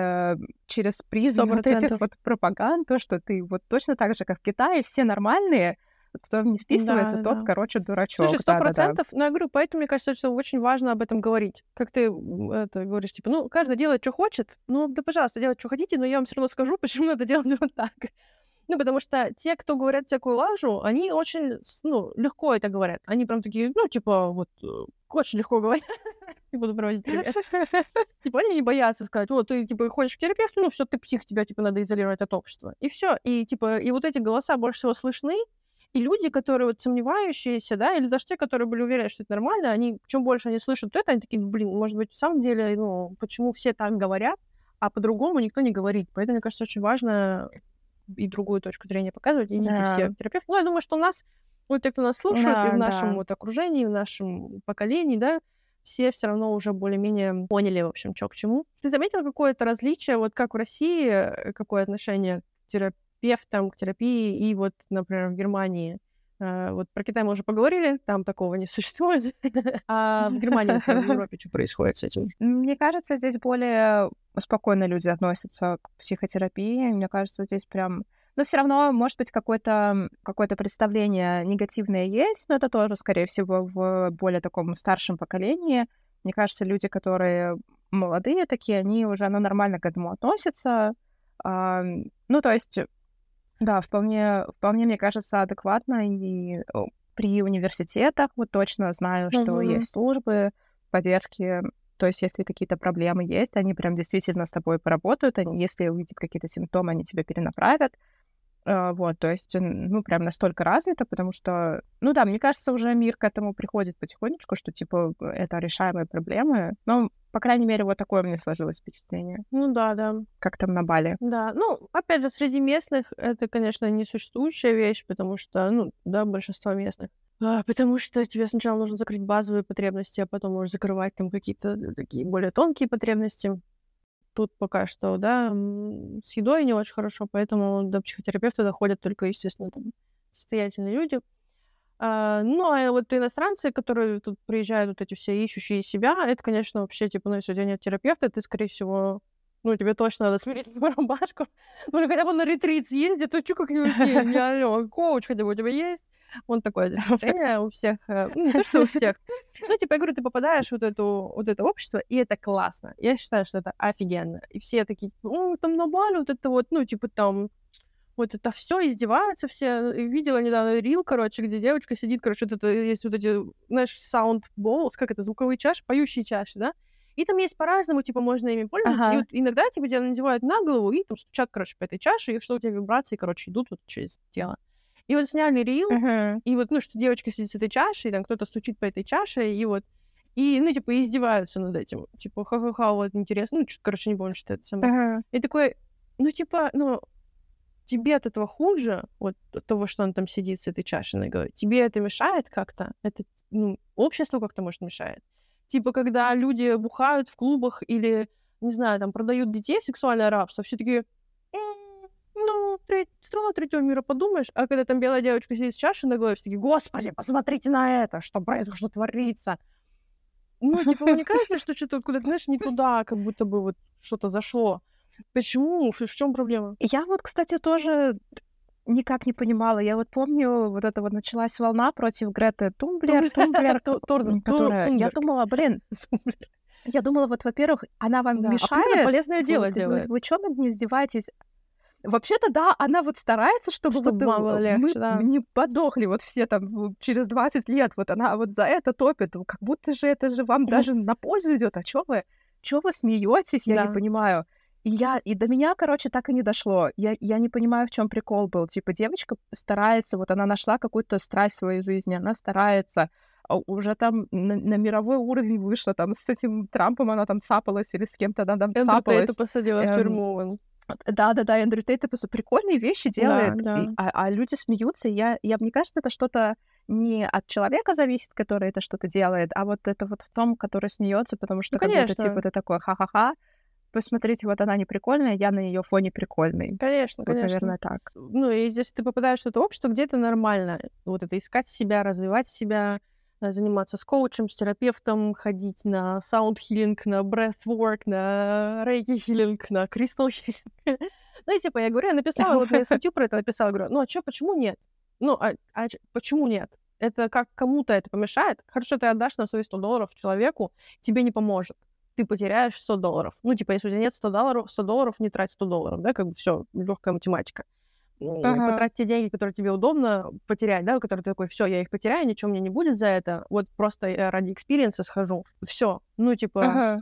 через призму вот этих вот пропаганд, то, что ты вот точно так же, как в Китае, все нормальные, кто не вписывается, тот, короче, дурачок. Слушай, 100%, но я говорю, поэтому, мне кажется, что очень важно об этом говорить. Как ты это говоришь, типа, ну, каждый делает, что хочет, ну, да, пожалуйста, делайте, что хотите, но я вам все равно скажу, почему надо делать вот так. Ну, потому что те, кто говорят всякую лажу, они очень, легко это говорят. Они прям такие, типа, вот, очень легко говорят. Не буду проводить пример. Типа, они не боятся сказать, вот, ты, типа, ходишь к терапевту, ну, все, ты псих, тебя, типа, надо изолировать от общества. И все. И, типа, и вот эти голоса больше всего слышны, и люди, которые вот сомневающиеся, да, или даже те, которые были уверены, что это нормально, они, чем больше они слышат это, они такие, блин, может быть, в самом деле, почему все так говорят, а по-другому никто не говорит. Поэтому, мне кажется, очень важно и другую точку зрения показывать, и идите все к терапевту. Ну, я думаю, что у нас, вот те, кто нас слушает, и в нашем вот окружении, в нашем поколении, да, все равно уже более-менее поняли, в общем, что к чему. Ты заметила какое-то различие, вот как в России, какое отношение к терапевтам, к терапии, и вот, например, в Германии? Вот про Китай мы уже поговорили, там такого не существует. А в Германии, в Европе что происходит с этим? Мне кажется, здесь более спокойно люди относятся к психотерапии. Мне кажется, здесь прям... Но все равно, может быть, какое-то представление негативное есть, но это тоже, скорее всего, в более таком старшем поколении. Мне кажется, люди, которые молодые такие, они уже нормально к этому относятся. Ну, то есть... Да, вполне, мне кажется, адекватно. И при университетах вот точно знаю, что есть службы поддержки. То есть если какие-то проблемы есть, они прям действительно с тобой поработают. Если увидят какие-то симптомы, они тебя перенаправят. Вот, то есть, прям настолько развито, потому что, да, мне кажется, уже мир к этому приходит потихонечку, что, типа, это решаемые проблемы. Но, по крайней мере, вот такое у меня сложилось впечатление. Ну да. Как там на Бали. Да, опять же, среди местных это, конечно, несуществующая вещь, потому что, большинство местных. Потому что тебе сначала нужно закрыть базовые потребности, а потом можешь закрывать там какие-то такие более тонкие потребности. Тут пока что, да, с едой не очень хорошо, поэтому до психотерапевта доходят только, естественно, там, состоятельные люди. А вот иностранцы, которые тут приезжают, вот эти все ищущие себя, это, конечно, вообще, типа, если у тебя нет терапевта, ты, скорее всего, тебе точно надо сменить рубашку. Или хотя бы на ретрит съездить, то что как-нибудь не алло, коуч хотя бы у тебя есть. Вот такое здесь отношение у всех. Не то, что у всех. Я говорю, ты попадаешь в вот это общество, и это классно. Я считаю, что это офигенно. И все такие, там на Бали вот это вот, там вот это все издеваются все. Видела недавно рил, где девочка сидит, вот это есть вот эти, знаешь, sound bowls, как это, звуковые чаши, поющие чаши, да? И там есть по-разному, можно ими пользоваться. И вот иногда тебя надевают на голову и там стучат, по этой чаше, и что у тебя вибрации, идут вот через тело. И вот сняли рил, и вот, что девочка сидит с этой чашей, и там кто-то стучит по этой чаше, и вот, и, издеваются над этим. Типа, ха-ха-ха, вот интересно. Что-то, не помню, что это самое. И такой, тебе от этого хуже, вот от того, что он там сидит с этой чашей на голове. Тебе это мешает как-то? Это, обществу как-то, может, мешает? Типа, когда люди бухают в клубах или, не знаю, там, продают детей в сексуальное рабство, все такие, страна третьего мира, подумаешь, а когда там белая девочка сидит с чашей на голове, все такие, господи, посмотрите на это, что происходит, что творится. Мне кажется, что что-то куда-то, знаешь, не туда, как будто бы вот что-то зашло. Почему? В чем проблема? Я вот, кстати, тоже никак не понимала. Я вот помню, вот это вот началась волна против Греты Тунберг, которая... Я думала, я думала, вот, во-первых, она вам мешает. А полезное дело делает. Вы что над ней издеваетесь? Вообще-то, да, она вот старается, чтобы вот было легче, мы не подохли вот все там через 20 лет. Вот она вот за это топит. Как будто же это же вам даже на пользу идет. А чё вы? чё вы смеетесь, я Да. не понимаю. И до меня, короче, так и не дошло. Я не понимаю, в чем прикол был. Типа, девочка старается, вот она нашла какую-то страсть в своей жизни, она старается, уже там на мировой уровень вышла, там с этим Трампом она там цапалась или с кем-то она там Эндрю цапалась. Тейта посадила в тюрьму. Да-да-да, Эндрю Тейт просто прикольные вещи Да, делает, да. а люди смеются. Мне кажется, это что-то не от человека зависит, который это что-то делает, а вот это вот в том, который смеется, потому что Ну, как будто, конечно. типа, ты такой ха-ха-ха, посмотрите, вот она не прикольная, я на ее фоне прикольный. Конечно, Вот, конечно. наверное, так. Ну, и здесь ты попадаешь в это общество, где это нормально. Вот это искать себя, развивать себя, заниматься с коучем, с терапевтом, ходить на саунд-хиллинг, на breathwork, на рейки-хиллинг, на crystal-хиллинг. Ну, и типа, я говорю, я написала, вот я статью про это написала, говорю, ну, а чё, почему нет? Ну, почему нет? Это как кому-то это помешает? Хорошо, ты отдашь на свои $100 человеку, тебе не поможет. Ты потеряешь $100. Ну, типа, если у тебя нет $100, не трать $100, да, как бы всё, лёгкая математика. Ага. Потрать те деньги, которые тебе удобно потерять, да, которые ты такой, всё, я их потеряю, ничего мне не будет за это, вот просто я ради экспириенса схожу. Всё. Ну, типа, Ага.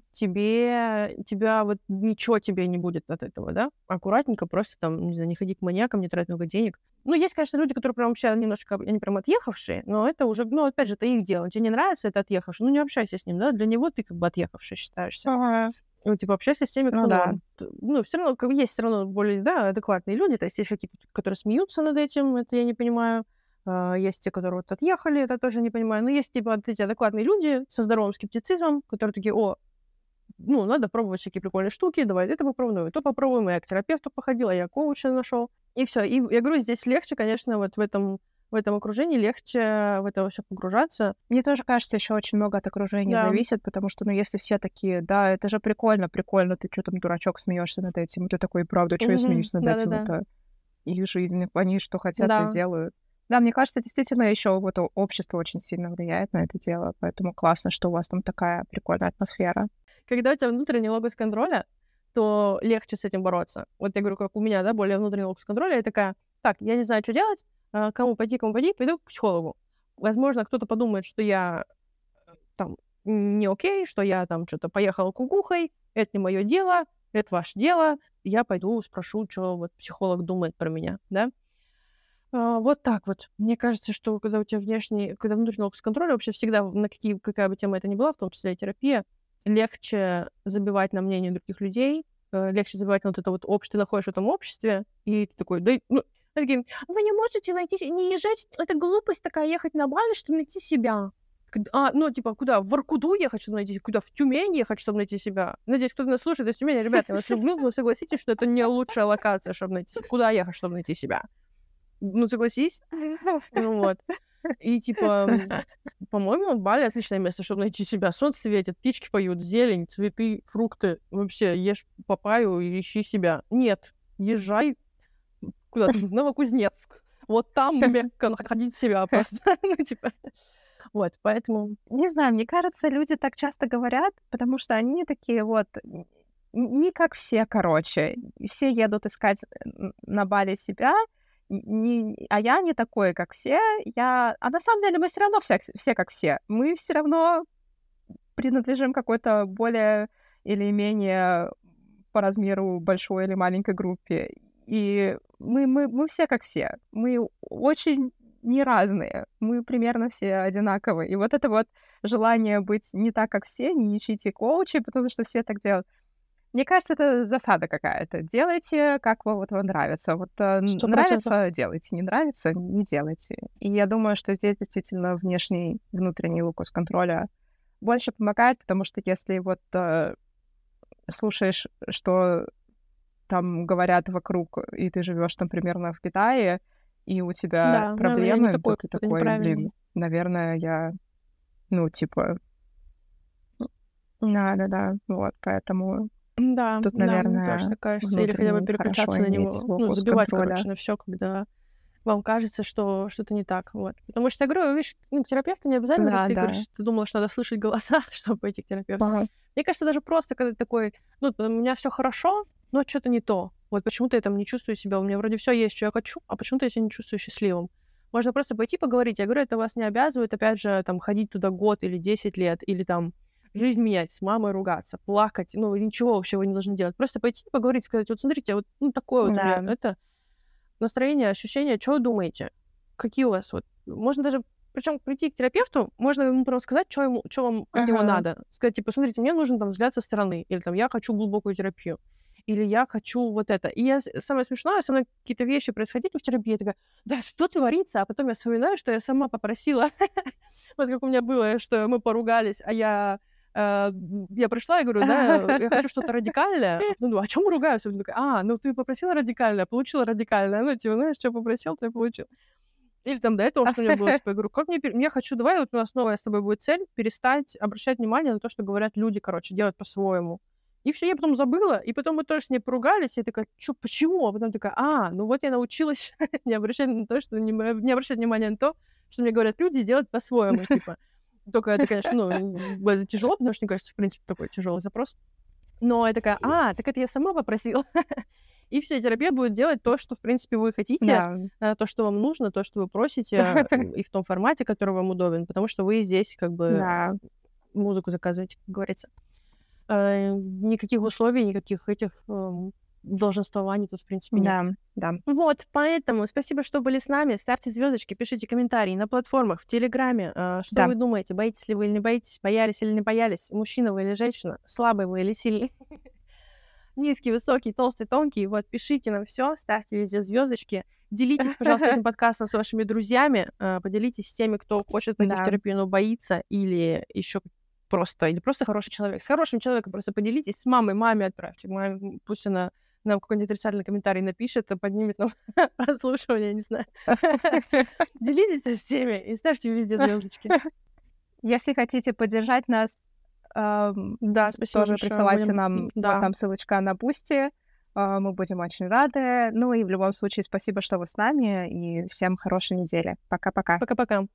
тебя вот ничего тебе не будет от этого, да? Аккуратненько, просто там, не знаю, не ходи к маньякам, не трать много денег. Ну, есть, конечно, люди, которые прям вообще немножко, они прям отъехавшие, но это уже, ну, опять же, это их дело. Тебе не нравится, это отъехавший, ну, не общайся с ним, да? Для него ты как бы отъехавший считаешься. Ага. Ну, типа, общайся с теми, кто Ну да. норм. Ну, всё равно, как бы, есть всё равно более, да, адекватные люди. То есть есть какие-то, которые смеются над этим, это я не понимаю. Есть те, которые вот отъехали, это тоже не понимаю. Но есть, типа, вот эти адекватные люди со здоровым скептицизмом, которые такие, ну, надо пробовать всякие прикольные штуки, давай это попробуем, давай то попробуем. Я к терапевту походила, я коуча нашёл. И всё. И я говорю, здесь легче, конечно, вот в этом окружении легче в это всё погружаться. Мне тоже кажется, ещё очень много от окружения зависит, потому что, ну, если все такие, да, это же прикольно, ты чё там, дурачок, смеешься над этим? Ты такой, правда, чё я смеюсь над этим? Это их жизнь, они что хотят, то и делают. Да, мне кажется, действительно, ещё вот общество очень сильно влияет на это дело, поэтому классно, что у вас там такая прикольная атмосфера. Когда у тебя внутренний локус контроля, то легче с этим бороться. Вот я говорю, как у меня, да, более внутренний локус контроля, я такая, так, я не знаю, что делать, кому пойти, пойду к психологу. Возможно, кто-то подумает, что я там не окей, что я там что-то поехала кукухой, это не моё дело, это ваше дело, я пойду спрошу, что вот психолог думает про меня, да. Вот так вот. Мне кажется, что когда у тебя когда внутренний локус контроля, вообще всегда, какая бы тема это ни была, в том числе и терапия, легче забивать на мнение других людей, легче забивать на вот это вот ты находишь в этом обществе, и ты такой, да, ну, они такие, вы не можете не езжать, это глупость такая, ехать на Бали, чтобы найти себя. Ну, типа, куда? В Воркуту ехать, чтобы найти, куда? В Тюмень ехать, чтобы найти себя. Надеюсь, кто-то нас слушает из Тюмени. Ребята, я вас люблю, но согласитесь, что это не лучшая локация, чтобы найти себя. Куда ехать, чтобы найти себя? Ну, согласись. Ну, вот. И, типа, по-моему, Бали отличное место, чтобы найти себя. Солнце светит, птички поют, зелень, цветы, фрукты. Вообще, ешь папайю и ищи себя. Нет, езжай куда-то в Новокузнецк. Вот там мягко находить себя просто. Ну, типа... Вот, поэтому... Не знаю, мне кажется, люди так часто говорят, потому что они такие вот... Не как все, короче. Все едут искать на Бали себя, а я не такой, как все. А на самом деле мы все равно все как все. Мы все равно принадлежим какой-то более или менее по размеру большой или маленькой группе. И мы все как все. Мы очень не разные. Мы примерно все одинаковые. И вот это вот желание быть не так, как все, не ищите коучи, потому что все так делают. Мне кажется, это засада какая-то. Делайте, как вам нравится. Вот нравится — делайте, не нравится — не делайте. И я думаю, что здесь действительно внутренний локус контроля больше помогает, потому что если вот слушаешь, что там говорят вокруг, и ты живешь там примерно в Китае, и у тебя проблемы, то ты такой, блин, наверное, я, ну, типа... Да, вот, поэтому... Да, тут, наверное, мне тоже так кажется. Или хотя бы переключаться на него, ну, забивать, короче, на всё, когда вам кажется, что что-то не так, вот. Потому что, я говорю, видишь, к терапевту не обязательно, как ты говоришь, ты думала, что надо слышать голоса, чтобы пойти к терапевту. Мне кажется, даже просто, когда ты такой, ну, у меня всё хорошо, но что-то не то. Вот почему-то я там не чувствую себя, у меня вроде всё есть, что я хочу, а почему-то я себя не чувствую счастливым. Можно просто пойти поговорить. Я говорю, это вас не обязывает, опять же, там, ходить туда год или 10 лет, или там жизнь менять, с мамой ругаться, плакать, ну, ничего вообще вы не должны делать. Просто пойти поговорить, сказать, вот смотрите, вот ну, такое вот у меня это настроение, ощущение, что вы думаете? Какие у вас вот... Можно даже, причем прийти к терапевту, можно ему просто сказать, что вам от него надо. Сказать, типа, смотрите, мне нужен там взгляд со стороны, или там я хочу глубокую терапию, или я хочу вот это. И самое смешное, со мной какие-то вещи происходили в терапии, я такая, да что творится? А потом я вспоминаю, что я сама попросила, вот как у меня было, что мы поругались, а я пришла и говорю, да, я хочу что-то радикальное. Ну, о чем мы ругаемся? Я такая, ну ты попросила радикальное, получила радикальное. Ну, типа, знаешь, что попросил, то и получил. Или там до этого, что у меня было, типа, я говорю, как я хочу, давай, вот у нас новая с тобой будет цель, перестать обращать внимание на то, что говорят люди, короче, делать по-своему. И все, я потом забыла, и потом мы тоже с ней поругались, и я такая, почему? А потом такая, ну вот я научилась не обращать не обращать внимания на то, что мне говорят люди, и делать по-своему, типа. Только это, конечно, ну, это тяжело, потому что, мне кажется, в принципе, такой тяжелый запрос. Но я такая, так это я сама попросила. И все, терапия будет делать то, что, в принципе, вы хотите, то, что вам нужно, то, что вы просите, и в том формате, который вам удобен, потому что вы здесь как бы музыку заказываете, как говорится. Никаких условий, никаких этих долженствований тут, в принципе, нет. Да. Вот, поэтому спасибо, что были с нами. Ставьте звездочки, пишите комментарии на платформах, в Телеграме. Что вы думаете? Боитесь ли вы или не боитесь? Боялись или не боялись? Мужчина вы или женщина? Слабый вы или сильный? Низкий, высокий, толстый, тонкий. Вот, пишите нам все, ставьте везде звездочки. Делитесь, пожалуйста, этим подкастом с вашими друзьями. Поделитесь с теми, кто хочет пойти в терапию, но боится, или еще просто хороший человек. С хорошим человеком просто поделитесь. С маме отправьте. Пусть она нам какой-нибудь отрицательный комментарий напишет, поднимет нам прослушивание, не знаю. Делитесь со всеми и ставьте везде звездочки. Если хотите поддержать нас, спасибо тоже присылайте нам, там ссылочка на Бусти. Мы будем очень рады. Ну и в любом случае спасибо, что вы с нами, и всем хорошей недели. Пока-пока. Пока-пока.